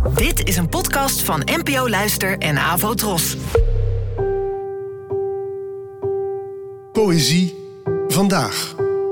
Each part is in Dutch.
Dit is een podcast van NPO Luister en Avo Tros. Poëzie vandaag.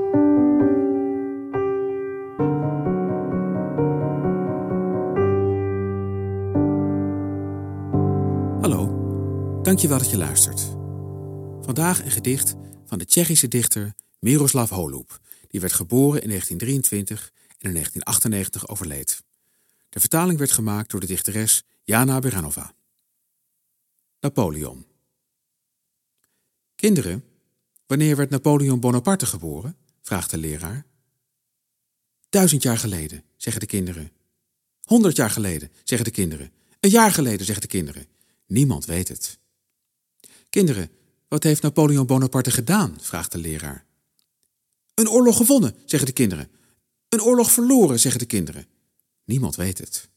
Hallo, dankjewel dat je luistert. Vandaag een gedicht van de Tsjechische dichter Miroslav Holub. Die werd geboren in 1923 en in 1998 overleed. De vertaling werd gemaakt door de dichteres Jana Beranova. Napoleon. Kinderen, wanneer werd Napoleon Bonaparte geboren? Vraagt de leraar. 1000 jaar geleden, zeggen de kinderen. 100 jaar geleden, zeggen de kinderen. Een jaar geleden, zeggen de kinderen. Niemand weet het. Kinderen, wat heeft Napoleon Bonaparte gedaan? Vraagt de leraar. Een oorlog gewonnen, zeggen de kinderen. Een oorlog verloren, zeggen de kinderen. Niemand weet het.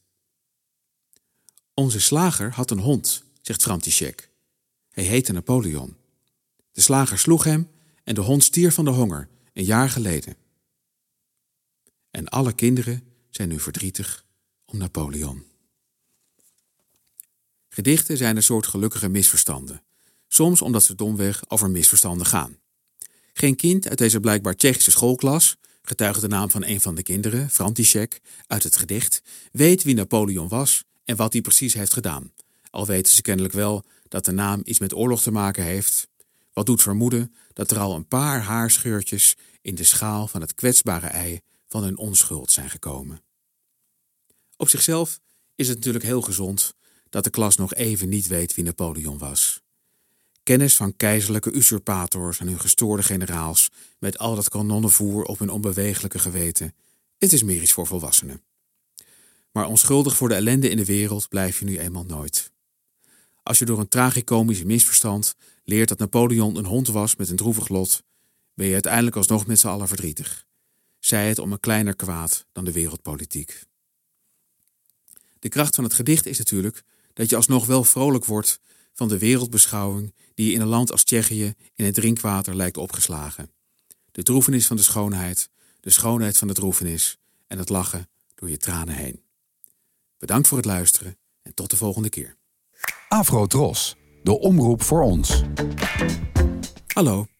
Onze slager had een hond, zegt František. Hij heette Napoleon. De slager sloeg hem en de hond stierf van de honger, een jaar geleden. En alle kinderen zijn nu verdrietig om Napoleon. Gedichten zijn een soort gelukkige misverstanden. Soms omdat ze domweg over misverstanden gaan. Geen kind uit deze blijkbaar Tsjechische schoolklas, getuige de naam van een van de kinderen, František, uit het gedicht, weet wie Napoleon was en wat hij precies heeft gedaan. Al weten ze kennelijk wel dat de naam iets met oorlog te maken heeft. Wat doet vermoeden dat er al een paar haarscheurtjes in de schaal van het kwetsbare ei van hun onschuld zijn gekomen. Op zichzelf is het natuurlijk heel gezond dat de klas nog even niet weet wie Napoleon was. Kennis van keizerlijke usurpators en hun gestoorde generaals met al dat kanonnenvoer op hun onbewegelijke geweten, het is meer iets voor volwassenen. Maar onschuldig voor de ellende in de wereld blijf je nu eenmaal nooit. Als je door een tragicomisch misverstand leert dat Napoleon een hond was met een droevig lot, ben je uiteindelijk alsnog met z'n allen verdrietig. Zij het om een kleiner kwaad dan de wereldpolitiek. De kracht van het gedicht is natuurlijk dat je alsnog wel vrolijk wordt van de wereldbeschouwing die je in een land als Tsjechië in het drinkwater lijkt opgeslagen. De droefenis van de schoonheid van de droefenis en het lachen door je tranen heen. Bedankt voor het luisteren en tot de volgende keer. Avo Tros, de omroep voor ons. Hallo,